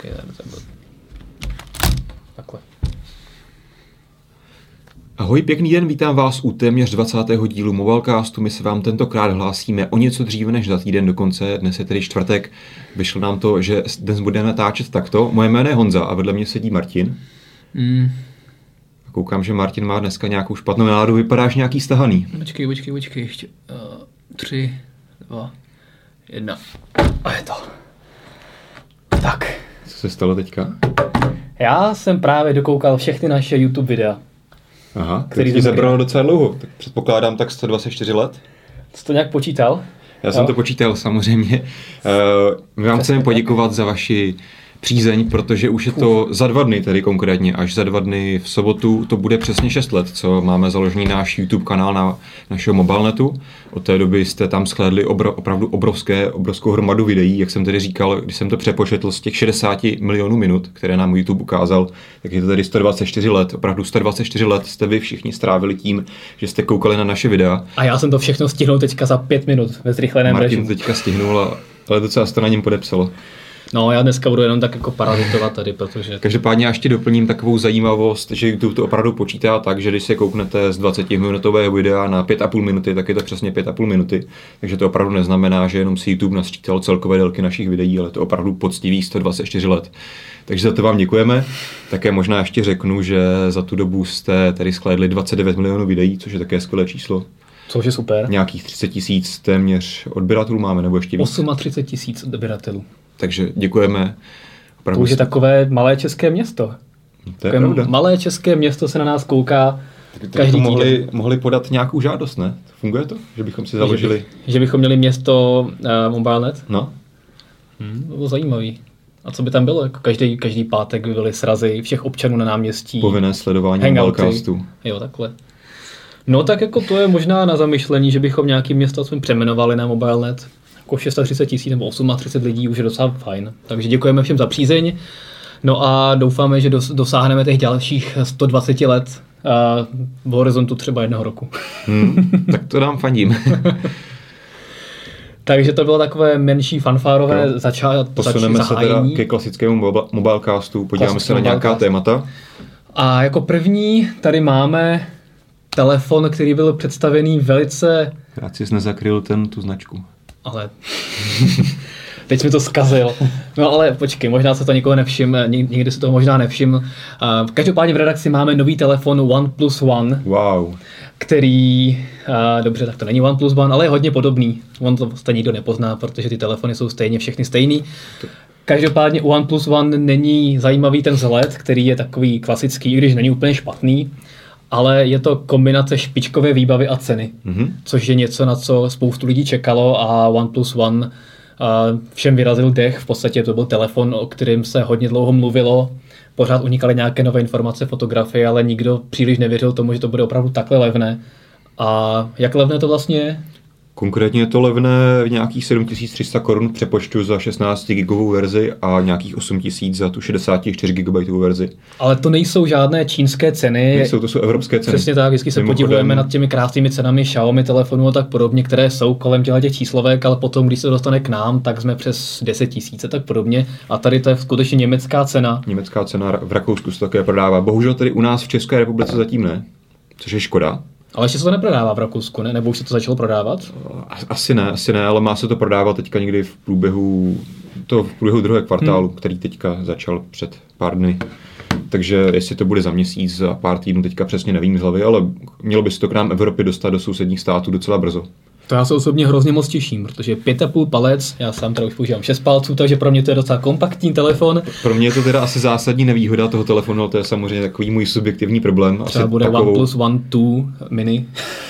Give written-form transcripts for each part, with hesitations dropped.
Počkej, takhle. Ahoj, pěkný den, vítám vás u téměř 20. dílu Mobilecastu. My se vám tentokrát hlásíme o něco dříve než za týden dokonce. Dnes je tedy čtvrtek. Vyšlo nám to, že dnes budeme natáčet takto. Moje jméno je Honza a vedle mě sedí Martin. A koukám, že Martin má dneska nějakou špatnou náladu. Vypadáš nějaký stahaný. Počkej, ještě. 3, 2, 1. A je to. Tak. Co se stalo teďka? Já jsem právě dokoukal všechny naše YouTube videa. Aha, který ti zabralo docela dlouho. Tak předpokládám tak 124 let. Jsi to nějak počítal? Já jsem to počítal samozřejmě. My vám chceme poděkovat za vaši přízeň, protože už je to za 2 dny, tedy konkrétně až za 2 dny v sobotu, to bude přesně 6 let, co máme založený náš YouTube kanál na našeho Mobilenetu. Od té doby jste tam shlédli opravdu obrovskou hromadu videí, jak jsem tedy říkal, když jsem to přepočetl z těch 60 milionů minut, které nám YouTube ukázal, tak je to tedy 124 let. Opravdu 124 let jste vy všichni strávili tím, že jste koukali na naše videa. A já jsem to všechno stihnul teďka za 5 minut ve zrychleném režimu. Martin teďka stihnul, ale docela se to na něm podepsalo. No, já dneska budu jenom tak jako parazitovat tady, protože... Každopádně já ještě doplním takovou zajímavost, že YouTube to opravdu počítá tak, že když se kouknete z 20-minutového videa na 5,5 minuty, tak je to přesně 5,5 minuty. Takže to opravdu neznamená, že jenom si YouTube nasčítal celkové délky našich videí, ale to opravdu poctivých 124 let. Takže za to vám děkujeme. Také možná ještě řeknu, že za tu dobu jste tady shlédli 29 milionů videí, což je také skvělé číslo. Což je super. Nějakých 30 000 téměř odběratelů máme, nebo ještě víc? 38 000 odběratelů. Takže děkujeme. To už je takové malé české město. To je pravda. Malé české město se na nás kouká každý týden. Mohli podat nějakou žádost, ne? Funguje to? Že bychom si založili... Že bychom měli město Mobilenet? No. To bylo zajímavý. A co by tam bylo? Jako každý pátek by byly srazy všech občanů na náměstí. Povinné sledování Mobilecastu. Jo, takhle. No tak jako to je možná na zamyšlení, že bychom nějaký město aspoň přeměnovali na Mobilenet. Jako 630 000 nebo 38 lidí už je docela fajn. Takže děkujeme všem za přízeň. No a doufáme, že dosáhneme těch dalších 120 let v horizontu třeba 1 roku. Tak to nám fandím. Takže to bylo takové menší fanfárové začátky. Posuneme se teda ke klasickému Mobilecastu, podíváme se na nějaká témata. A jako první tady máme telefon, který byl představený velice... Rád jsi nezakryl tu značku. Ale teď mi to zkazil. No ale počkej, možná se to nikoho nevšim, nikdy se to možná nevšim. Každopádně v redakci máme nový telefon OnePlus One. Wow. Který, dobře, tak to není OnePlus One, ale je hodně podobný. On to stejně nikdo nepozná, protože ty telefony jsou stejně všechny stejný. Každopádně u OnePlus One není zajímavý ten vzhled, který je takový klasický, i když není úplně špatný. Ale je to kombinace špičkové výbavy a ceny, což je něco, na co spoustu lidí čekalo a OnePlus One všem vyrazil dech. V podstatě to byl telefon, o kterém se hodně dlouho mluvilo. Pořád unikaly nějaké nové informace, fotografie, ale nikdo příliš nevěřil tomu, že to bude opravdu takhle levné. A jak levné to vlastně je? Konkrétně je to levné v nějakých 7300 korun v přepočtu za 16 gigovou verzi a nějakých 8000 za tu 64 GB verzi. Ale to nejsou žádné čínské ceny. To jsou evropské ceny. Přesně tak, vždycky se podivujeme nad těmi krásnými cenami Xiaomi telefonů a tak podobně, které jsou kolem těch číslovek, ale potom, když se dostane k nám, tak jsme přes 10 000 a tak podobně. A tady to je skutečně německá cena. Německá cena v Rakousku se také prodává. Bohužel tady u nás v České republice zatím ne, což je škoda. Ale ještě se to neprodává v Rakousku, ne? Nebo už se to začalo prodávat? Asi ne, ale má se to prodávat teďka někdy v průběhu druhého kvartálu, který teďka začal před pár dny. Takže jestli to bude za měsíc, za pár týdnů, teďka přesně nevím z hlavy, ale mělo by se to k nám Evropy dostat do sousedních států docela brzo. To já se osobně hrozně moc těším, protože 5,5 palec, já sám teda už používám 6 palců, takže pro mě to je docela kompaktní telefon. Pro mě je to teda asi zásadní nevýhoda toho telefonu, ale to je samozřejmě takový můj subjektivní problém. Třeba asi bude takovou... OnePlus One 2 mini,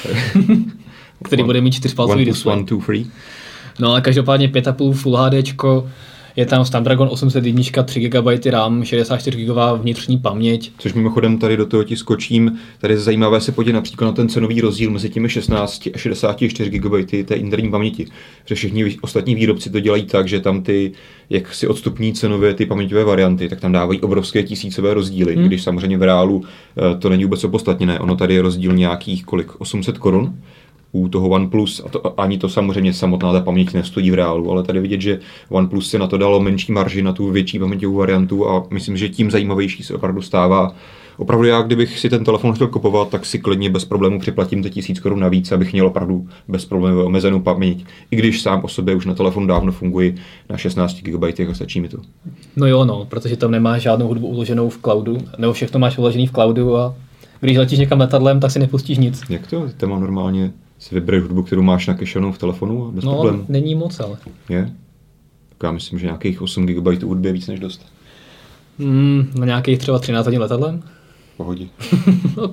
který bude mít 4-palcový displej. OnePlus One 2 Free. No a každopádně 5,5 Full HDčko, je tam Snapdragon 801, 3 GB RAM, 64 GB vnitřní paměť. Což mimochodem tady do toho ti skočím, tady je zajímavé se podívat například na ten cenový rozdíl mezi těmi 16 a 64 GB té interní paměti. Protože všichni ostatní výrobci to dělají tak, že tam ty, jak si odstupní cenově ty paměťové varianty, tak tam dávají obrovské tisícové rozdíly, když samozřejmě v reálu to není vůbec opodstatněné. Ono tady je rozdíl nějakých 800 korun u toho OnePlus, a to, ani to samozřejmě samotná ta paměť nestojí v reálu, ale tady vidět, že OnePlus si na to dalo menší marži na tu větší paměťovou variantu a myslím, že tím zajímavější se opravdu stává. Opravdu já, kdybych si ten telefon chtěl kupovat, tak si klidně bez problému připlatím ty 1000 Kč navíc, abych měl opravdu bez problémů omezenou paměť. I když sám o sobě už na telefonu dávno funguji na 16 GB a stačí mi to. No jo, no, protože tam nemáš žádnou hudbu uloženou v cloudu, nebo všechno máš uložený v cloudu a když letíš někam letadlem, tak si nepustíš nic. Jak to? Ty mám normálně si vybereš hudbu, kterou máš nakešanou v telefonu a bez problémů. No, není moc, ale. Je? Tak já myslím, že nějakých 8 GB hudby je víc než dost. Na nějakých třeba 13 hodin letadlem? Pohodě. OK.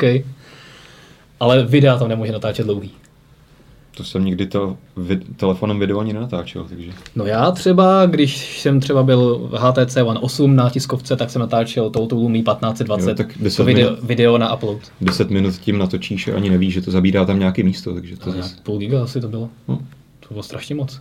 Ale videa tam nemůže natáčet dlouhý. To jsem nikdy telefonem video ani nenatáčel, takže... No já třeba, když jsem třeba byl v HTC One 8 na tiskovce, tak jsem natáčel touto Lumii 1520 jo, tak video na upload. 10 minut tím natočíš a ani nevíš, že to zabírá tam nějaké místo, takže to zase... půl giga asi to bylo. To bylo strašně moc.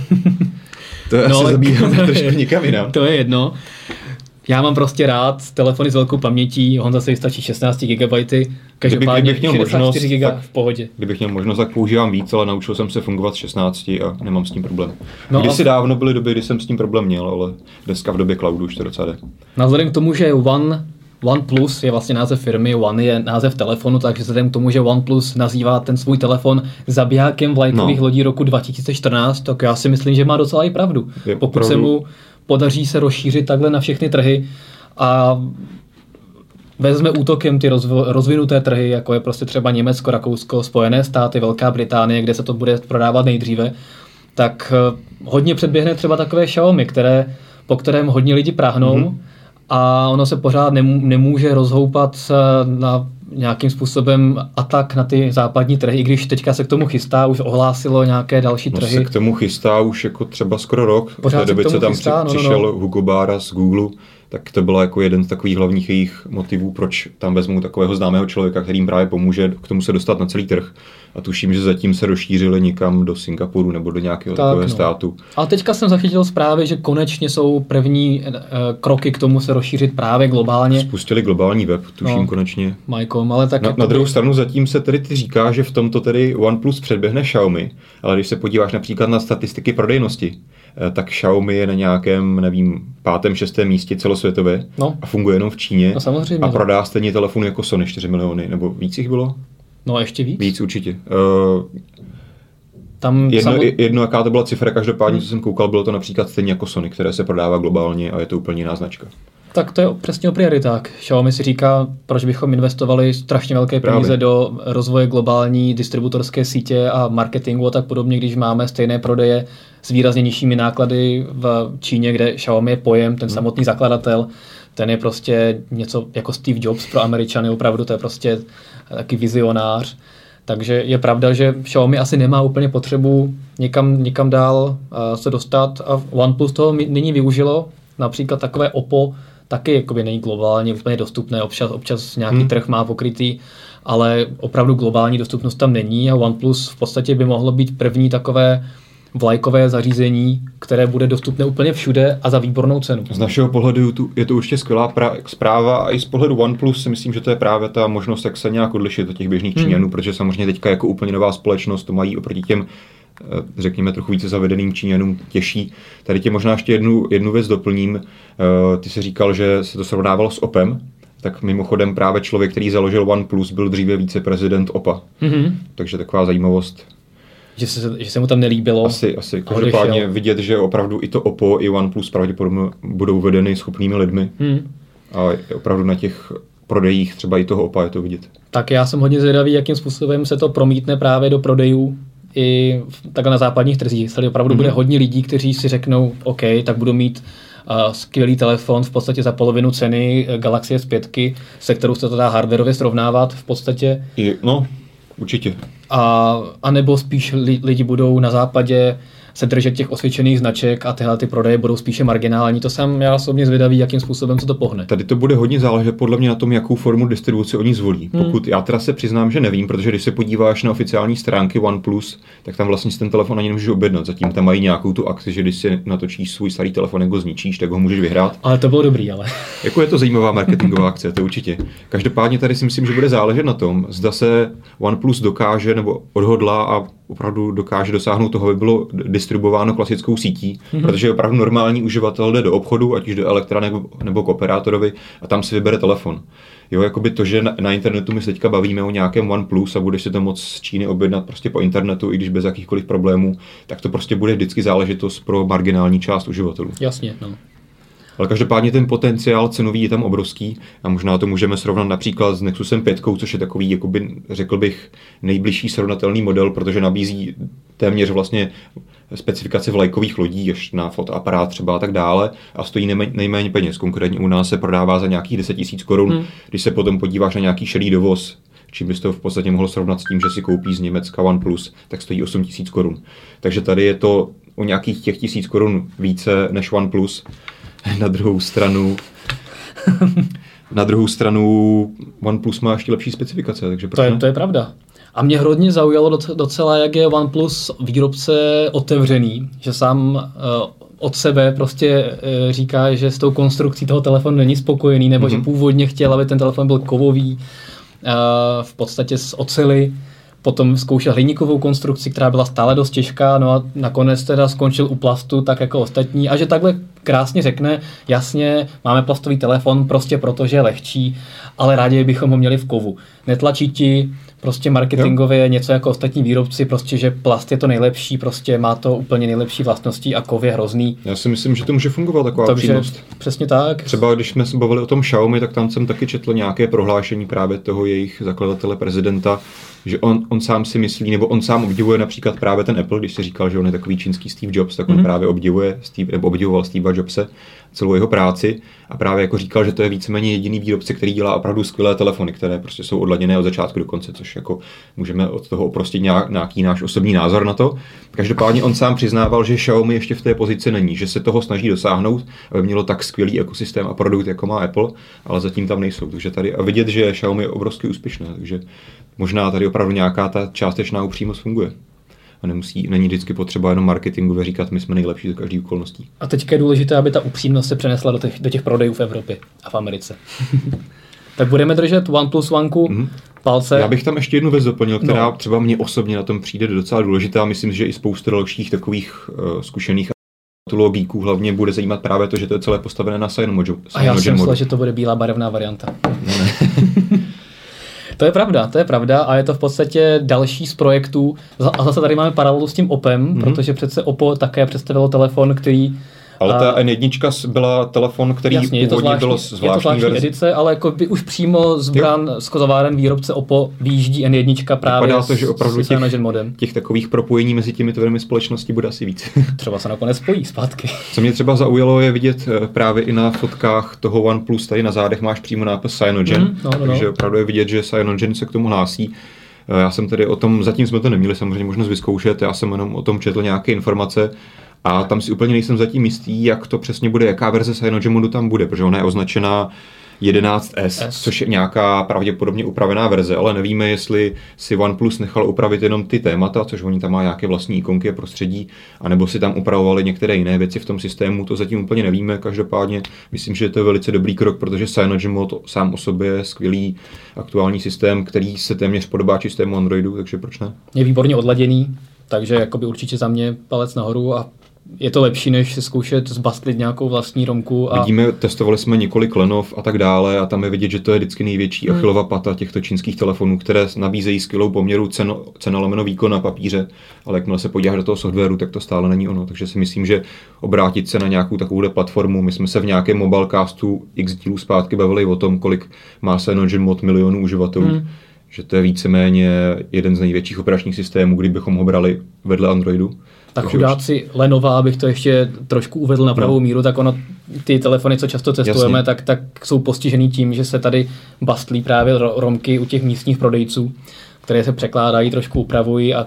To je asi zabíráme trošku někam jinam. To je jedno. Já mám prostě rád telefony s velkou pamětí, Honza se vystačí 16 GB, každopádně 64 GB v pohodě. Kdybych měl možnost, tak používám víc, ale naučil jsem se fungovat s 16 a nemám s tím problém. No kdysi dávno byly doby, kdy jsem s tím problém měl, ale dneska v době cloudu už to docela jde. Vzhledem k tomu, že OnePlus je vlastně název firmy, One je název telefonu, takže vzhledem k tomu, že OnePlus nazývá ten svůj telefon zabijákem vlajkových lodí roku 2014, tak já si myslím, že má docela i pravdu. Pokud se mu podaří se rozšířit takhle na všechny trhy a vezme útokem ty rozvinuté trhy, jako je prostě třeba Německo, Rakousko, Spojené státy, Velká Británie, kde se to bude prodávat nejdříve, tak hodně předběhne třeba takové Xiaomi, po kterém hodně lidi práhnou a ono se pořád nemůže rozhoupat na nějakým způsobem atak na ty západní trhy, i když teďka se k tomu chystá, už ohlásilo nějaké další trhy. Se k tomu chystá už jako třeba skoro rok. Pořád v té době, co tam přišel Hugo Barra z Google, tak to bylo jako jeden z takových hlavních jejich motivů, proč tam vezmou takového známého člověka, který jim právě pomůže k tomu se dostat na celý trh. A tuším, že zatím se rozšířili někam do Singapuru nebo do nějakého takového státu. A teďka jsem zachytil zprávy, že konečně jsou první kroky k tomu se rozšířit právě globálně. Spustili globální web, tuším konečně. Majkom, ale tak na druhou stranu zatím se tedy ty říká, že v tomto tedy OnePlus předběhne Xiaomi, ale když se podíváš například na statistiky prodejnosti, tak Xiaomi je na nějakém, nevím, 5., 6. místě celosvětově a funguje jenom v Číně a prodá stejně telefony jako Sony 4 miliony, nebo víc jich bylo? No ještě víc? Víc určitě. Jedno, jaká to byla cifra, každopádně, co jsem koukal, bylo to například stejně jako Sony, které se prodává globálně a je to úplně jiná značka. Tak to je přesně o prioritách. Xiaomi si říká, proč bychom investovali strašně velké peníze do rozvoje globální distributorské sítě a marketingu a tak podobně, když máme stejné prodeje s výrazně nižšími náklady v Číně, kde Xiaomi je pojem, ten samotný zakladatel, ten je prostě něco jako Steve Jobs pro Američany, opravdu to je prostě taky vizionář. Takže je pravda, že Xiaomi asi nemá úplně potřebu někam dál se dostat a OnePlus toho nyní využilo, například takové Oppo, taky jakoby není globálně úplně dostupné, občas nějaký trh má pokrytý, ale opravdu globální dostupnost tam není a OnePlus v podstatě by mohlo být první takové vlajkové zařízení, které bude dostupné úplně všude a za výbornou cenu. Z našeho pohledu je to určitě skvělá zpráva a i z pohledu OnePlus si myslím, že to je právě ta možnost, jak se nějak odlišit od těch běžných Číňanů, protože samozřejmě teďka jako úplně nová společnost to mají oproti těm řekněme trochu více zavedeným Číňanům těžší. Tady tě možná ještě jednu věc doplním. Ty jsi říkal, že se to srovnávalo s Opem, tak mimochodem právě člověk, který založil OnePlus, byl dříve viceprezident Oppa. Takže taková zajímavost. Že se mu tam nelíbilo. Asi. Každopádně vidět, že opravdu i to Oppo, i OnePlus pravděpodobně budou vedeny schopnými lidmi. A opravdu na těch prodejích třeba i toho Oppa je to vidět. Tak já jsem hodně zvědavý, jakým způsobem se to promítne právě do prodejů i takhle na západních trzích. Tady opravdu bude hodně lidí, kteří si řeknou, OK, tak budu mít skvělý telefon v podstatě za polovinu ceny Galaxy S5, se kterou se to dá hardwarově srovnávat v podstatě. No, určitě. A nebo spíš lidi budou na západě se držet těch osvědčených značek a tyhle ty prodeje budou spíše marginální. To jsem já osobně zvědavý, jakým způsobem se to pohne. Tady to bude hodně záležet podle mě na tom, jakou formu distribuce oni zvolí. Pokud já teda se přiznám, že nevím, protože když se podíváš na oficiální stránky OnePlus, tak tam vlastně ten telefon ani nemůžeš objednat. Zatím tam mají nějakou tu akci, že když si natočíš svůj starý telefon, jako zničíš, tak ho můžeš vyhrát. Ale to bylo dobrý, ale. Jako je to zajímavá marketingová akce, to určitě. Každopádně tady si myslím, že bude záležet na tom, zda se OnePlus dokáže nebo odhodlá a opravdu dokáže dosáhnout toho, aby bylo distribuováno klasickou sítí, protože opravdu normální uživatel jde do obchodu, ať už do elektra nebo k operátorovi a tam si vybere telefon. Jo, jakoby to, že na internetu my se teďka bavíme o nějakém OnePlus a budeš si to moc z Číny objednat prostě po internetu, i když bez jakýchkoliv problémů, tak to prostě bude vždycky záležitost pro marginální část uživatelů. Jasně, no. Ale každopádně ten potenciál cenový je tam obrovský a možná to můžeme srovnat například s Nexusem 5, což je takový, jakoby, řekl bych, nejbližší srovnatelný model, protože nabízí téměř vlastně specifikaci vlajkových lodí, až na fotoaparát třeba a tak dále a stojí nejméně peněz. Konkrétně u nás se prodává za nějakých 10 000 korun. Když se potom podíváš na nějaký šedý dovoz, čím bys to v podstatě mohl srovnat s tím, že si koupíš z Německa OnePlus, tak stojí 8 000 korun. Takže tady je to o nějakých těch 1000 korun více než OnePlus. Na druhou stranu OnePlus má ještě lepší specifikace, takže to je pravda. A mě hodně zaujalo docela, jak je OnePlus výrobce otevřený, že sám od sebe prostě říká, že s tou konstrukcí toho telefonu není spokojený, nebo že původně chtěl, aby ten telefon byl kovový, v podstatě z oceli. Potom zkoušel hliníkovou konstrukci, která byla stále dost těžká, no a nakonec teda skončil u plastu, tak jako ostatní. A že takhle krásně řekne, jasně, máme plastový telefon prostě proto, že je lehčí, ale rádi bychom ho měli v kovu. Netlačí ti prostě marketingově něco jako ostatní výrobci, prostě, že plast je to nejlepší, prostě má to úplně nejlepší vlastnosti a kov je hrozný. Já si myslím, že to může fungovat taková přínos. Přesně tak. Třeba když jsme se bavili o tom Xiaomi, tak tam jsem taky četl nějaké prohlášení právě toho jejich zakladatele prezidenta, že on sám si myslí, nebo on sám obdivuje například právě ten Apple, když si říkal, že on je takový čínský Steve Jobs, tak on právě obdivoval Stevea Jobse, celou jeho práci a právě jako říkal, že to je víceméně jediný výrobce, který dělá opravdu skvělé telefony, které prostě jsou odladěné od začátku do konce, což jako můžeme od toho oprostit nějaký náš osobní názor na to. Každopádně on sám přiznával, že Xiaomi ještě v té pozici není, že se toho snaží dosáhnout, aby mělo tak skvělý ekosystém a produkt, jako má Apple, ale zatím tam nejsou. Takže tady a vidět, že Xiaomi je obrovsky úspěšné, takže možná tady opravdu nějaká ta částečná upřímnost funguje. A není vždycky potřeba jenom marketingově říkat, my jsme nejlepší za každý okolností. A teďka je důležité, aby ta upřímnost se přenesla do těch prodejů v Evropě a v Americe. Tak budeme držet OnePlus One palce. Já bych tam ještě jednu věc doplnil, která třeba mě osobně na tom přijde docela důležitá. Myslím, že i spoustu dalších takových zkušených logíků hlavně bude zajímat právě to, že to je celé postavené na CyanogenModu. A já jsem myslel, že to bude bílá barevná varianta. Ne. To je pravda a je to v podstatě další z projektů. A zase tady máme paralelu s tím Opem, protože přece Oppo také představilo telefon, který... Ale ta N1 byla telefon, který jasně, původně byl zvláštní verze. Edice, ale jako by už přímo zbran z kozováren výrobce Oppo vyjíždí N1 právě vypadá to, že opravdu s CyanogenModem. Těch takových propojení mezi těmi dvěmi společnosti bude asi víc. Třeba se nakonec spojí zpátky. Co mě třeba zaujalo je vidět právě i na fotkách toho OnePlus, tady na zádech máš přímo nápis Cyanogen, takže opravdu je vidět, že Cyanogen se k tomu hlásí. Já jsem tedy o tom, zatím jsme to neměli samozřejmě možnost vyzkoušet, já jsem jenom o tom četl nějaké informace a tam si úplně nejsem zatím jistý, jak to přesně bude, jaká verze CyanogenModu tam bude, protože ona je označená 11S, což je nějaká pravděpodobně upravená verze, ale nevíme, jestli si OnePlus nechal upravit jenom ty témata, což oni tam má nějaké vlastní ikonky a prostředí, anebo si tam upravovali některé jiné věci v tom systému, to zatím úplně nevíme. Každopádně myslím, že to je velice dobrý krok, protože CyanogenMod sám o sobě je skvělý aktuální systém, který se téměř podobá čistému Androidu, takže proč ne? Je výborně odladěný, takže jakoby určitě za mě palec nahoru a je to lepší, než si zkoušet zbastlit nějakou vlastní romku. Vidíme, testovali jsme několik Lenov a tak dále a tam je vidět, že to je vždycky největší Achillova pata těchto čínských telefonů, které nabízejí skvělou poměru cena lomeno výkon na papíře, ale jakmile se podíváš do toho softwaru, tak to stále není ono. Takže si myslím, že obrátit se na nějakou takovou platformu, my jsme se v nějakém mobilecastu x dílů zpátky bavili o tom, kolik má CyanogenMod milionů uživatelů. Že to je víceméně jeden z největších operačních systémů, kdybychom ho brali vedle Androidu. Tak chudáci Lenovo, abych to ještě trošku uvedl na pravou míru, tak ono, ty telefony, co často testujeme, tak jsou postižený tím, že se tady bastlí právě romky u těch místních prodejců, které se překládají, trošku upravují a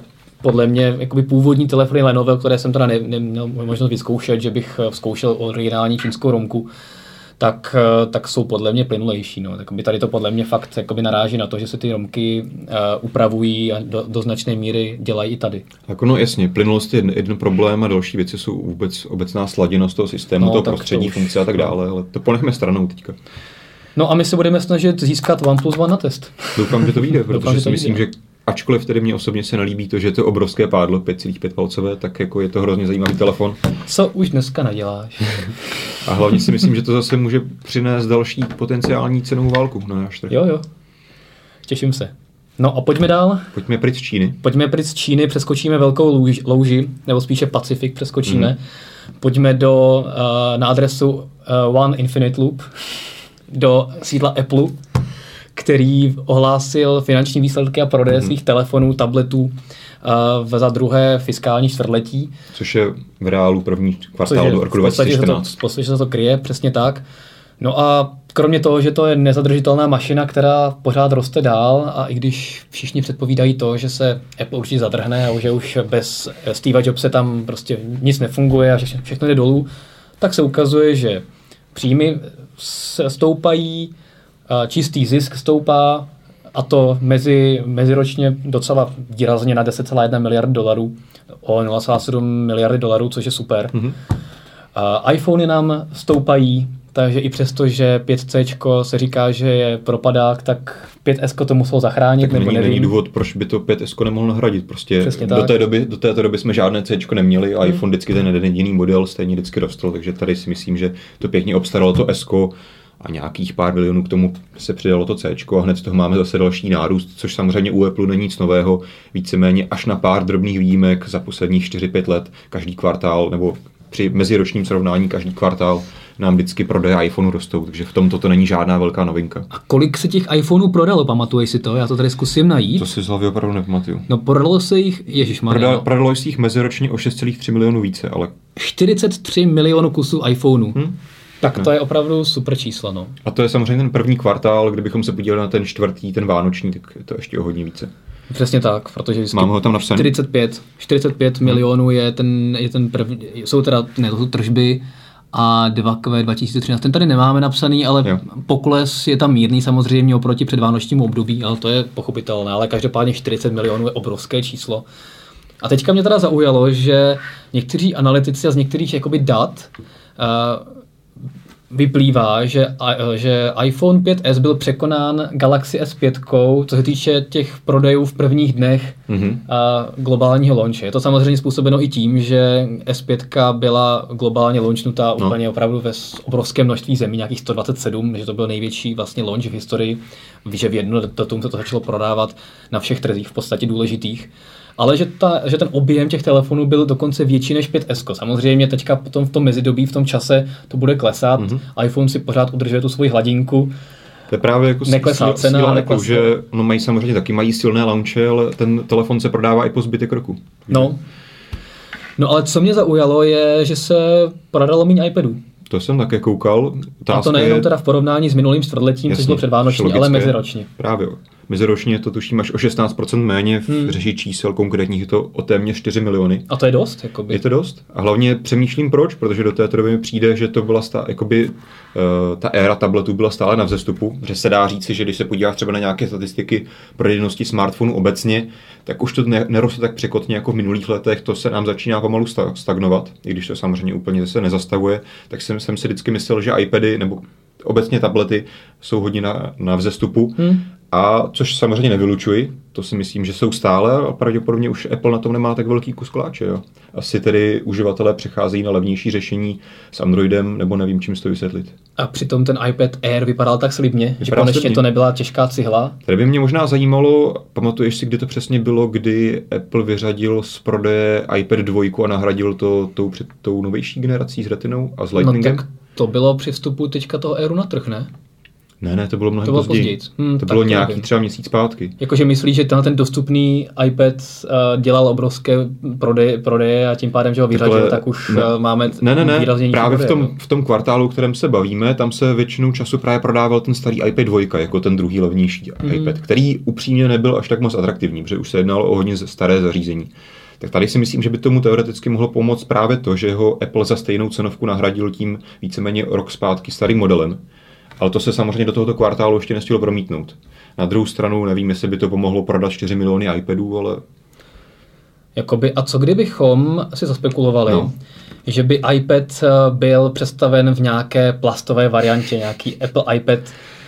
podle mě jakoby původní telefony Lenovo, které jsem teda neměl možnost vyzkoušet, že bych zkoušel originální čínskou romku, tak jsou podle mě plynulejší. No. Tak tady to podle mě fakt naráží na to, že se ty romky upravují a do značné míry dělají i tady. Tak no jasně, plynulost je jeden problém a další věci jsou vůbec obecná sladěnost toho systému, toho prostřední funkce a tak dále, ale to ponechme stranou teďka. No a my se budeme snažit získat OnePlus One na test. Doufám, že to vyjde, protože si myslím, že ačkoliv tedy mě osobně se nelíbí to, že je to obrovské pádlo 5,5 palcové, tak jako je to hrozně zajímavý telefon. Co už dneska naděláš? A hlavně si myslím, že to zase může přinést další potenciální cenovou válku na náš trh. Jo, těším se. No a pojďme dál. Pojďme pryč z Číny. Pojďme z Číny, přeskočíme velkou louži, nebo spíše Pacifik přeskočíme. Pojďme na adresu One Infinite Loop, do sídla Apple, který ohlásil finanční výsledky a prodeje svých telefonů, tabletů za druhé fiskální čtvrtletí. Což je v reálu první kvartál do roku 2014. V podstatě se to kryje, přesně tak. No a kromě toho, že to je nezadržitelná mašina, která pořád roste dál a i když všichni předpovídají to, že se Apple určitě zadrhne a že už bez Steva Jobse tam prostě nic nefunguje a že všechno jde dolů, tak se ukazuje, že příjmy stoupají, čistý zisk stoupá a to meziročně docela výrazně na 10,1 miliard dolarů, o 0,7 miliardy dolarů, což je super. iPhony nám stoupají, takže i přesto, že 5C se říká, že je propadák, tak 5S to muselo zachránit. Tak není důvod, proč by to 5S nemohlo nahradit. Prostě do této doby jsme žádné C neměli a iPhone vždycky ten jediný model stejně vždycky rostl, takže tady si myslím, že to pěkně obstaralo to S a nějakých pár milionů k tomu se přidalo to C a hned z toho máme zase další nárůst, což samozřejmě u Apple není nic nového, víceméně až na pár drobných výjimek za posledních 4-5 let, každý kvartál nebo při meziročním srovnání každý kvartál nám vždycky prodeje iPhoneu rostou, takže v tomto to není žádná velká novinka. A kolik se těch iPhoneů prodalo, pamatuješ si to? Já to tady zkusím najít. To si z hlavy opravdu nepamatuju. No prodalo se jich, Prodalo se jich meziročně o 6,3 milionů více, ale 43 milionů kusů iPhoneů. Tak to je opravdu super číslo, no. A to je samozřejmě ten první kvartál, kdybychom se podívali na ten čtvrtý, ten vánoční, tak je to ještě o hodně více. Přesně tak, protože mám ho tam napsaný. 45 milionů je ten první, jsou tržby a 2Q 2013. Ten tady nemáme napsaný, ale pokles je tam mírný samozřejmě oproti předvánočnímu období, ale to je pochopitelné, ale každopádně 40 milionů je obrovské číslo. A teďka mě teda zaujalo, že někteří analytici a z některých jakoby dat vyplývá, že iPhone 5S byl překonán Galaxy S5, co se týče těch prodejů v prvních dnech globálního launche. Je to samozřejmě způsobeno i tím, že S5 byla globálně launchnutá úplně opravdu ve obrovském množství zemí, nějakých 127, že to byl největší vlastně launch v historii, že v jednu datum se to začalo prodávat na všech trzích v podstatě důležitých. Ale že ten objem těch telefonů byl dokonce větší než 5S. Samozřejmě teďka potom v tom mezidobí, v tom čase to bude klesat. iPhone si pořád udržuje tu svoji hladinku. To je právě jako neklesá cena, neklesá. Že mají samozřejmě taky silné launche, ale ten telefon se prodává i po zbytek roku. No ale co mě zaujalo je, že se prodalo méně iPadů. To jsem také koukal. A to nejenom teda v porovnání s minulým čtvrtletím, což bylo předvánoční, ale meziročně. Právě. Meziročně je to tuším až o 16% méně v řeší čísel, konkrétních je to o téměř 4 miliony. A to je dost? Jakoby. Je to dost. A hlavně přemýšlím proč, protože do této doby mi přijde, že to byla ta éra tabletů byla stále na vzestupu, že se dá říci, že když se podíváš třeba na nějaké statistiky prodejnosti smartphonů obecně, tak už to neroste tak překotně jako v minulých letech, to se nám začíná pomalu stagnovat, i když to samozřejmě úplně zase nezastavuje, tak jsem si vždycky myslel, že iPady nebo obecně tablety jsou hodně na vzestupu. A což samozřejmě nevylučuji, to si myslím, že jsou stále a pravděpodobně už Apple na tom nemá tak velký kus koláče. Jo. Asi tedy uživatelé přecházejí na levnější řešení s Androidem, nebo nevím, čím si to vysvětlit. A přitom ten iPad Air vypadal tak slibně, že konečně to nebyla těžká cihla. Tady by mě možná zajímalo, pamatuješ si, kdy to přesně bylo, kdy Apple vyřadil z prodeje iPad 2 a nahradil to tou novější generací s Retinou a s Lightningem? No tak to bylo při vstupu teďka toho Airu na trh, ne? Ne, to bylo mnohem později. To bylo nějaký třeba měsíc zpátky. Jakože myslíš, že ten dostupný iPad dělal obrovské prodeje a tím pádem, že ho vyřadil, tak už máme výrazně právě v tom kvartálu, o kterém se bavíme, tam se většinou času právě prodával ten starý iPad 2 jako ten druhý levnější iPad, který upřímně nebyl až tak moc atraktivní, protože už se jednalo o hodně staré zařízení. Tak tady si myslím, že by tomu teoreticky mohlo pomoct právě to, že ho Apple za stejnou cenovku nahradil tím víceméně rok zpátky starým modelem. Ale to se samozřejmě do tohoto kvartálu ještě nestihlo promítnout. Na druhou stranu nevím, jestli by to pomohlo prodat 4 miliony iPadů, ale... A co kdybychom si zaspekulovali, že by iPad byl představen v nějaké plastové variantě, nějaký Apple iPad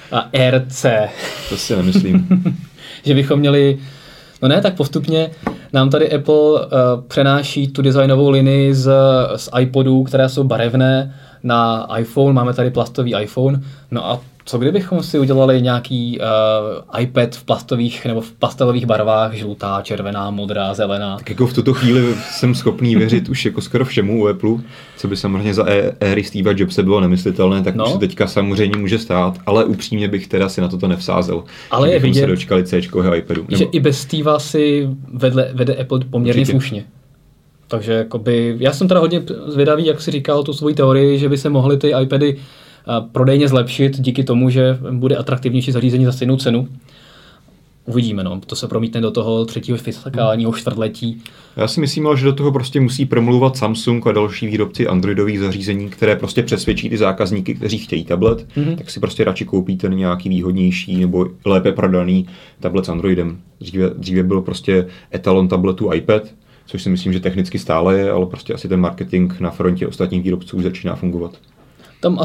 RC. To si nemyslím. Že bychom měli... No ne, tak postupně nám tady Apple přenáší tu designovou linii z iPodů, které jsou barevné, na iPhone, máme tady plastový iPhone. No a co kdybychom si udělali nějaký iPad v plastových nebo v pastelových barvách, žlutá, červená, modrá, zelená? Tak jako v tuto chvíli jsem schopný věřit už jako skoro všemu u Apple, co by samozřejmě za éry Steva Jobse bylo nemyslitelné, tak už se teďka samozřejmě může stát, ale upřímně bych teda si na toto nevsázel. Ale je vidět, se dočkali C-čkového iPadu. Že i bez Steva si vede Apple poměrně slušně. Takže jakoby, já jsem teda hodně zvědavý, jak si říkal tu svoji teorii, že by se mohly ty iPady prodejně zlepšit díky tomu, že bude atraktivnější zařízení za stejnou cenu. Uvidíme, to se promítne do toho třetího fiskálního čtvrtletí. Já si myslím, že do toho prostě musí promluvat Samsung a další výrobci androidových zařízení, které prostě přesvědčí ty zákazníky, kteří chtějí tablet, tak si prostě radši koupí ten nějaký výhodnější nebo lépe prodaný tablet s Androidem. Dříve byl prostě etalon tabletu iPad, což si myslím, že technicky stále je, ale prostě asi ten marketing na frontě ostatních výrobců začíná fungovat. Tam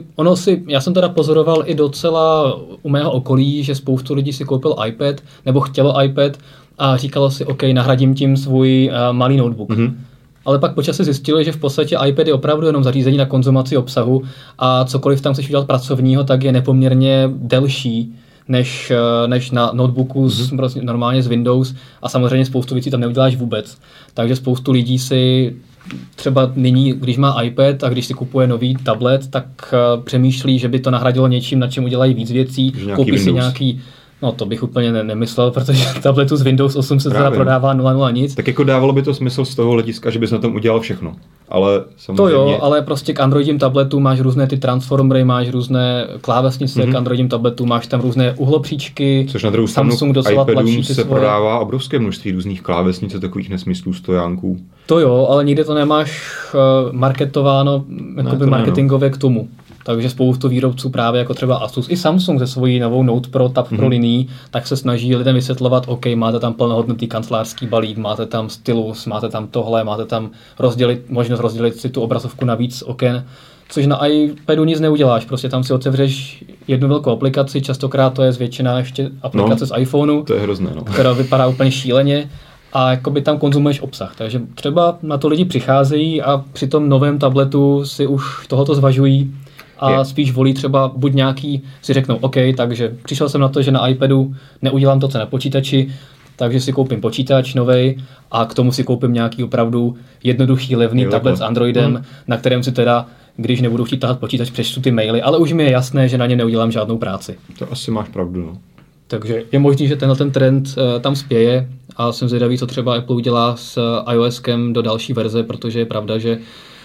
já jsem teda pozoroval i docela u mého okolí, že spoustu lidí si koupil iPad, nebo chtělo iPad a říkalo si, OK, nahradím tím svůj malý notebook. Ale pak po čase zjistili, že v podstatě iPad je opravdu jenom zařízení na konzumaci obsahu a cokoliv tam chceš udělat pracovního, tak je nepoměrně delší než na notebooku normálně z Windows a samozřejmě spoustu věcí tam neuděláš vůbec. Takže spoustu lidí si třeba nyní, když má iPad a když si kupuje nový tablet, tak přemýšlí, že by to nahradilo něčím, na čem udělají víc věcí. Koupí si nějaký, to bych úplně nemyslel, protože tabletu z Windows 8 se teda prodává 0,0 nic. Tak jako dávalo by to smysl z toho hlediska, že bys na tom udělal všechno. Ale samozřejmě... To jo, ale prostě k Androidím tabletu máš různé ty transformery, máš různé klávesnice k Androidím tabletu, máš tam různé uhlopříčky. Což na druhou stranu iPadům se prodává obrovské množství různých klávesnic a takových nesmyslů, stojánků. To jo, ale nikde to nemáš marketováno marketingově k tomu. Takže spoustu výrobců právě jako třeba Asus i Samsung se svojí novou Note Pro, Tab Pro linií, tak se snaží lidem vysvětlovat, OK, máte tam plnohodnotný kancelářský balík, máte tam stylus, máte tam tohle, máte tam možnost rozdělit si tu obrazovku na víc oken, což na iPadu nic neuděláš, prostě tam si otevřeš jednu velkou aplikaci, častokrát to je zvětšená ještě aplikace z iPhoneu, to je hrozné, která vypadá úplně šíleně. A jakoby tam konzumuješ obsah. Takže třeba na to lidi přicházejí a při tom novém tabletu si už tohoto zvažují a spíš volí třeba buď nějaký, si řeknou OK, takže přišel jsem na to, že na iPadu neudělám to, co na počítači, takže si koupím počítač novej a k tomu si koupím nějaký opravdu jednoduchý, levný tablet s Androidem, na kterém si teda, když nebudu chtít tahat počítač, přečtu ty maily, ale už mi je jasné, že na ně neudělám žádnou práci. To asi máš pravdu, Takže je možný, že ten trend tam spěje a jsem zvědavý, co třeba Apple udělá s iOSkem do další verze, protože je pravda, že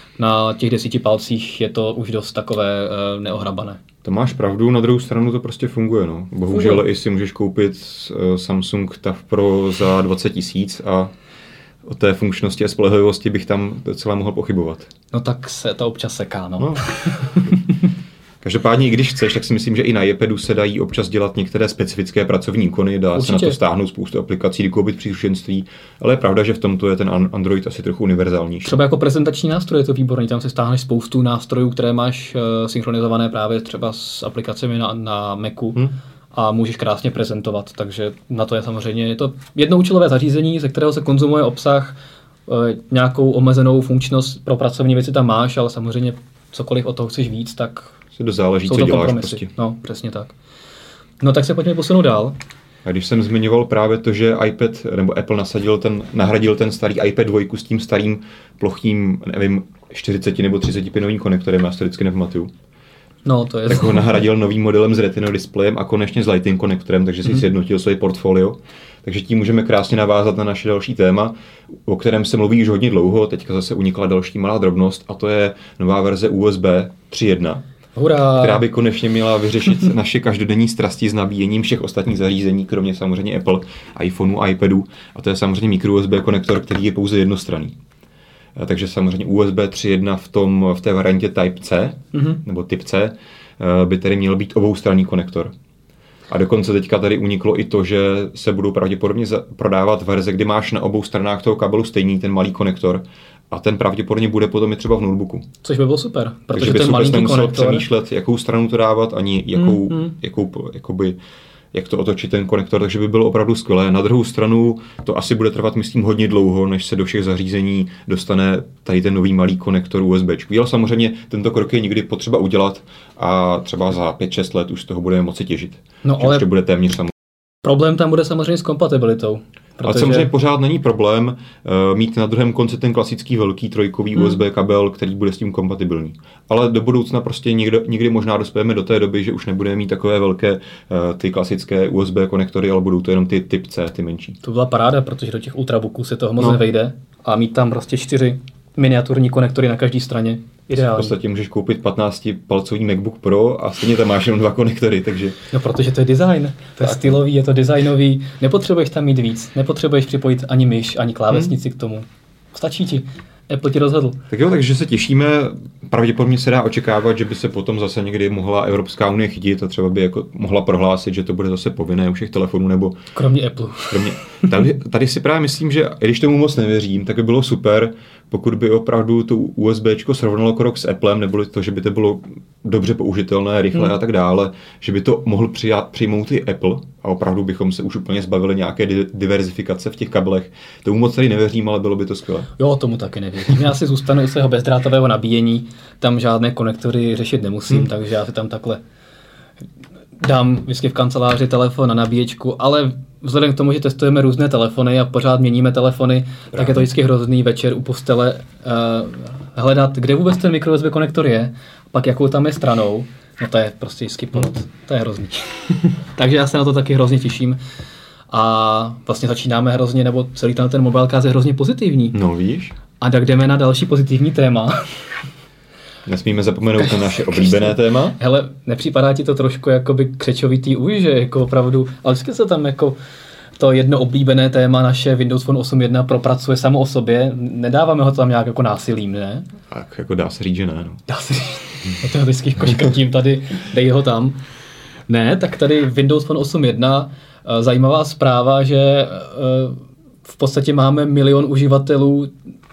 na těch 10 palcích je to už dost takové neohrabané. To máš pravdu, na druhou stranu to prostě funguje. Bohužel i si můžeš koupit Samsung Tab Pro za 20 000 a o té funkčnosti a spolehlivosti bych tam docela mohl pochybovat. No tak se to občas seká, Každopádně, i když chceš, tak si myslím, že i na iPadu se dají občas dělat některé specifické pracovní úkony, dá se na to stáhnout spoustu aplikací, koupit příslušenství, ale je pravda, že v tomto je ten Android asi trochu univerzálnější. Třeba jako prezentační nástroj je to výborný, tam se stáhneš spoustu nástrojů, které máš synchronizované právě třeba s aplikacemi na Macu a můžeš krásně prezentovat, takže na to je samozřejmě to jednoúčelové zařízení, ze kterého se konzumuje obsah, nějakou omezenou funkčnost pro pracovní věci tam máš, ale samozřejmě cokoliv od toho chceš víc, tak to záleží, co děláš prostě. No, přesně tak. No tak se pojďme posunout dál. A když jsem zmiňoval právě to, že iPad nebo Apple nahradil ten starý iPad 2 s tím starým plochým, nevím, 40 nebo 30 pinovým konektorem, já si to vždycky nepamatuju. No, to je. Tak ho nahradil novým modelem s Retina displejem a konečně s Lightning konektorem, takže si sjednotil svoje portfolio. Takže tím můžeme krásně navázat na naše další téma, o kterém se mluví už hodně dlouho. Teďka zase unikla další malá drobnost a to je nová verze USB 3.1. Hurá. Která by konečně měla vyřešit naše každodenní strasti s nabíjením všech ostatních zařízení, kromě samozřejmě Apple, iPhoneu a iPadu. A to je samozřejmě micro USB konektor, který je pouze jednostranný. Takže samozřejmě USB 3.1 v té variantě Type C, nebo Typ C, by tedy měl být oboustranný konektor. A dokonce teďka tady uniklo i to, že se budou pravděpodobně prodávat verze, kdy máš na obou stranách toho kabelu stejný ten malý konektor a ten pravděpodobně bude potom i třeba v notebooku. Což by bylo super, protože ten malinký nemusel konektor přemýšlet, jakou stranu to dávat, ani jak to otočit ten konektor, takže by bylo opravdu skvělé. Na druhou stranu to asi bude trvat, myslím, hodně dlouho, než se do všech zařízení dostane tady ten nový malý konektor USB. Ale samozřejmě tento krok je někdy potřeba udělat a třeba za 5-6 let už z toho budeme moci těžit. No, ale už to bude téměř samozřejmě. Problém tam bude samozřejmě s kompatibilitou. Ale samozřejmě pořád není problém mít na druhém konci ten klasický velký trojkový USB kabel, který bude s tím kompatibilní. Ale do budoucna prostě někdy možná dospějeme do té doby, že už nebudeme mít takové velké ty klasické USB konektory, ale budou to jenom ty Typ C, ty menší. To byla paráda, protože do těch ultrabooků se toho moc nevejde a mít tam prostě 4 miniaturní konektory na každé straně. Ideální. V podstatě můžeš koupit 15-palcový MacBook Pro a stejně tam máš jenom 2 konektory, takže... No, protože to je design, to je stylový, je to designový, nepotřebuješ tam mít víc, nepotřebuješ připojit ani myš, ani klávesnici k tomu. Stačí ti. Apple ti rozhodl. Tak jo, takže se těšíme. Pravděpodobně se dá očekávat, že by se potom zase někdy mohla Evropská unie chytit a třeba by jako mohla prohlásit, že to bude zase povinné u všech telefonů nebo... Kromě Apple. Tady si právě myslím, že když tomu moc nevěřím, tak by bylo super, pokud by opravdu to USBčko srovnalo krok s Applem, nebo to, že by to bylo dobře použitelné, rychle a tak dále, že by to mohl přijmout i Apple a opravdu bychom se už úplně zbavili nějaké diverzifikace v těch kabelech. Tomu moc tady nevěřím, ale bylo by to skvělé. Jo, tomu taky nevěřím. Já si zůstanu u svého bezdrátového nabíjení, tam žádné konektory řešit nemusím, takže já si tam takhle dám vždycky v kanceláři telefon na nabíječku, ale vzhledem k tomu, že testujeme různé telefony a pořád měníme telefony, tak je to vždycky hrozný večer u postele hledat, kde vůbec ten micro USB konektor je, pak jakou tam je stranou, no to je prostě vždycky plot, to je hrozný. Takže já se na to taky hrozně těším a vlastně začínáme hrozně, nebo celý ten Mobilecast je hrozně pozitivní. No víš. A tak jdeme na další pozitivní téma. Nesmíme zapomenout na naše oblíbené téma. Hele, nepřipadá ti to trošku jakoby křečovitý už, že jako opravdu, ale vždycky se tam jako to jedno oblíbené téma naše Windows Phone 8.1 propracuje samo o sobě, nedáváme ho tam nějak jako násilím, ne? Tak jako dá se říct, že ne, no. Dá se říct, to je vždycky škrtím tady, dej ho tam. Ne, tak tady Windows Phone 8.1, zajímavá zpráva, že v podstatě máme 1 milion uživatelů,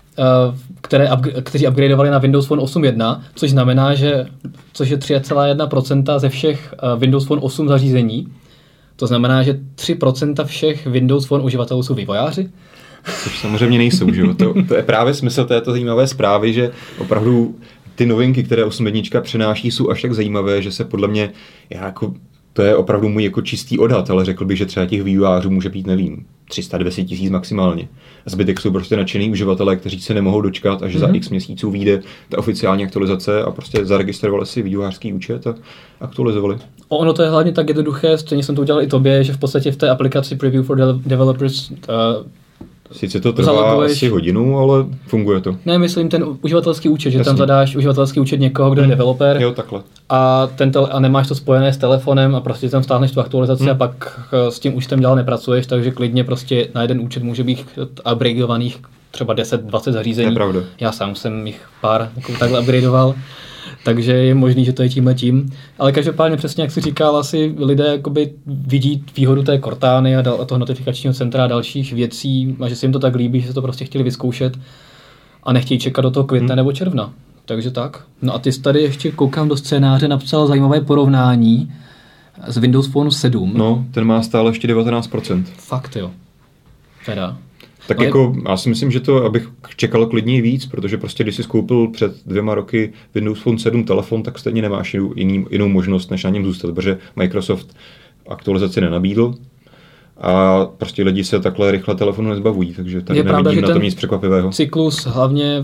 kteří upgradeovali na Windows Phone 8.1, což znamená, což je 3,1% ze všech Windows Phone 8 zařízení. To znamená, že 3% všech Windows Phone uživatelů jsou vývojáři. Což samozřejmě nejsou, že jo? To je právě smysl této zajímavé zprávy, že opravdu ty novinky, které 8.1 přináší, jsou až tak zajímavé, že se podle mě to je opravdu můj jako čistý odhad, ale řekl bych, že třeba těch vývojářů může být, nevím, 320 000 maximálně. A zbytek jsou prostě nadšený uživatelé, kteří se nemohou dočkat, až za x měsíců vyjde ta oficiální aktualizace a prostě zaregistrovali si vývojářský účet a aktualizovali. Ono to je hlavně tak jednoduché, stejně jsem to udělal i tobě, že v podstatě v té aplikaci Preview for Developers sice to trvá asi hodinu, ale funguje to. Ne, myslím ten uživatelský účet, že tam zadáš uživatelský účet někoho, kdo je developer. Jo, takhle. A nemáš to spojené s telefonem a prostě tam stáhneš tu aktualizaci a pak s tím účtem dál nepracuješ, takže klidně prostě na jeden účet může být upgradeovaných třeba 10-20 zařízení. To je pravda. Já sám jsem jich pár jako takhle upgradeoval. Takže je možný, že to je tímhletím. Ale každopádně přesně, jak jsi říkal, asi lidé jakoby vidí výhodu té Cortány a toho notifikačního centra a dalších věcí a že se jim to tak líbí, že se to prostě chtěli vyzkoušet a nechtějí čekat do toho května nebo června. Takže tak. No a ty jsi tady ještě, koukám do scénáře, napsal zajímavé porovnání s Windows Phone 7. No, ten má stále ještě 19%. Fakt jo. Teda. Tak jako, já si myslím, že to, abych čekal klidně víc, protože prostě, když jsi koupil před 2 roky Windows Phone 7 telefon, tak stejně nemáš jinou možnost, než na něm zůstat, protože Microsoft aktualizaci nenabídl a prostě lidi se takhle rychle telefonu nezbavují, takže tady nevidím na tom nic překvapivého. Cyklus hlavně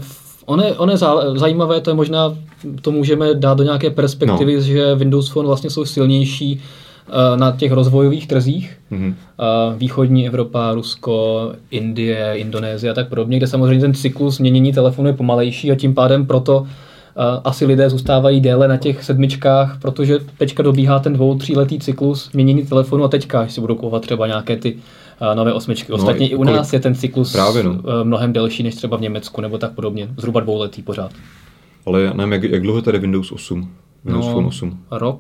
Ono je zajímavé, to je možná, to můžeme dát do nějaké perspektivy, že Windows Phone vlastně jsou silnější na těch rozvojových trzích. Východní Evropa, Rusko, Indie, Indonésie a tak podobně, kde samozřejmě ten cyklus měnění telefonu je pomalejší a tím pádem proto asi lidé zůstávají déle na těch 7, protože teďka dobíhá ten 2-3letý cyklus měnění telefonu a teďka, až si budou kupovat třeba nějaké ty nové 8. Ostatně i u nás je ten cyklus mnohem delší než třeba v Německu nebo tak podobně, zhruba 2letý pořád. Ale já nevím, jak dlouho tady Windows 8? Windows Phone 8?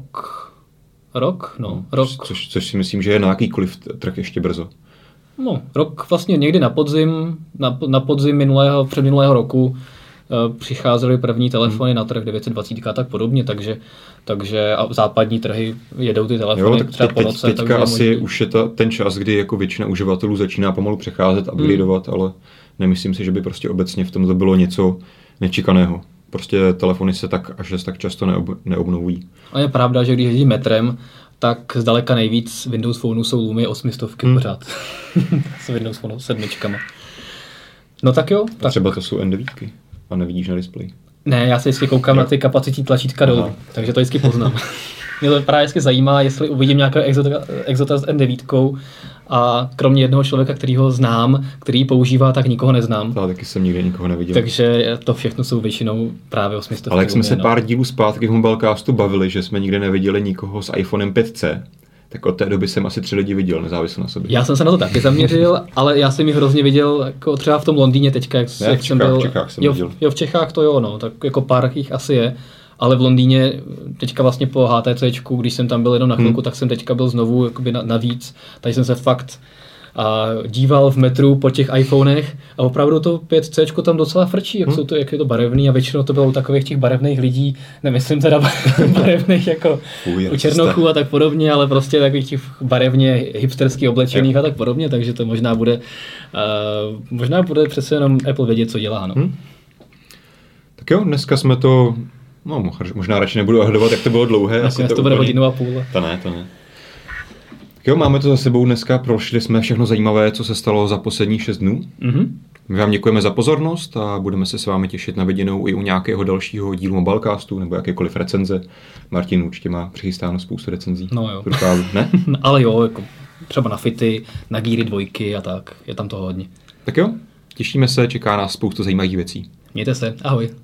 Rok. Což si myslím, že je na jakýkoliv trh ještě brzo. No, rok vlastně někdy na podzim předminulého roku přicházely první telefony na trh 920 a tak podobně, takže a západní trhy jedou ty telefony tak třeba po roce. Teďka asi už je ten čas, kdy jako většina uživatelů začíná pomalu přecházet a upgradeovat, ale nemyslím si, že by prostě obecně v tom to bylo něco nečekaného. Prostě telefony se tak často neobnovují. A je pravda, že když jezdí metrem, tak zdaleka nejvíc Windows Phoneu jsou Lumia 800 pořád. S Windows Phone 7. No tak jo. Tak. Třeba to jsou N9 a nevidíš na displeji. Ne, já se vždycky koukám na ty kapacitní tlačítka dolů, takže to vždycky poznám. Mě to právě vždycky zajímá, jestli uvidím nějakého Exota s N9 a kromě jednoho člověka, který ho znám, který ji používá, tak nikoho neznám. Já taky jsem nikdy nikoho neviděl. Takže to všechno jsou většinou právě 800. Ale jak jsme se pár dílů zpátky v Mobilecastu bavili, že jsme nikdy neviděli nikoho s iPhonem 5C, tak od té doby jsem asi 3 lidi viděl, nezávisle na sobě. Já jsem se na to taky zaměřil, ale já jsem ji hrozně viděl jako třeba v tom Londýně teďka, jak jsem byl. V Čechách jsem viděl. Jo, v Čechách to jo, no, tak jako pár jich asi je. Ale v Londýně teďka vlastně po HTCčku, když jsem tam byl jenom na chvilku, tak jsem teďka byl znovu jakoby navíc. Tady jsem se fakt díval v metru po těch iPhonech a opravdu to 5C tam docela frčí, jak je to barevný a většinou to bylo u takových těch barevných lidí, nemyslím teda barevných jako u černochů a tak podobně, ale prostě takových těch barevně hipstersky oblečených a tak podobně, takže to možná bude přece jenom Apple vědět, co dělá. No. Tak jo, dneska jsme to, možná radši nebudu ohledovat, jak to bylo dlouhé. Asi to bude 1,5 hodiny. To ne. Tak jo, máme to za sebou dneska, prošli jsme všechno zajímavé, co se stalo za posledních 6 dnů. My vám děkujeme za pozornost a budeme se s vámi těšit na viděnou i u nějakého dalšího dílu Mobilecastu nebo jakékoliv recenze. Martin určitě má přichystáno spoustu recenzí. No jo. Ne? Ale jo, jako třeba na Fity, na Geary 2 a tak, je tam toho hodně. Tak jo, těšíme se, čeká nás spoustu zajímavých věcí. Mějte se, ahoj.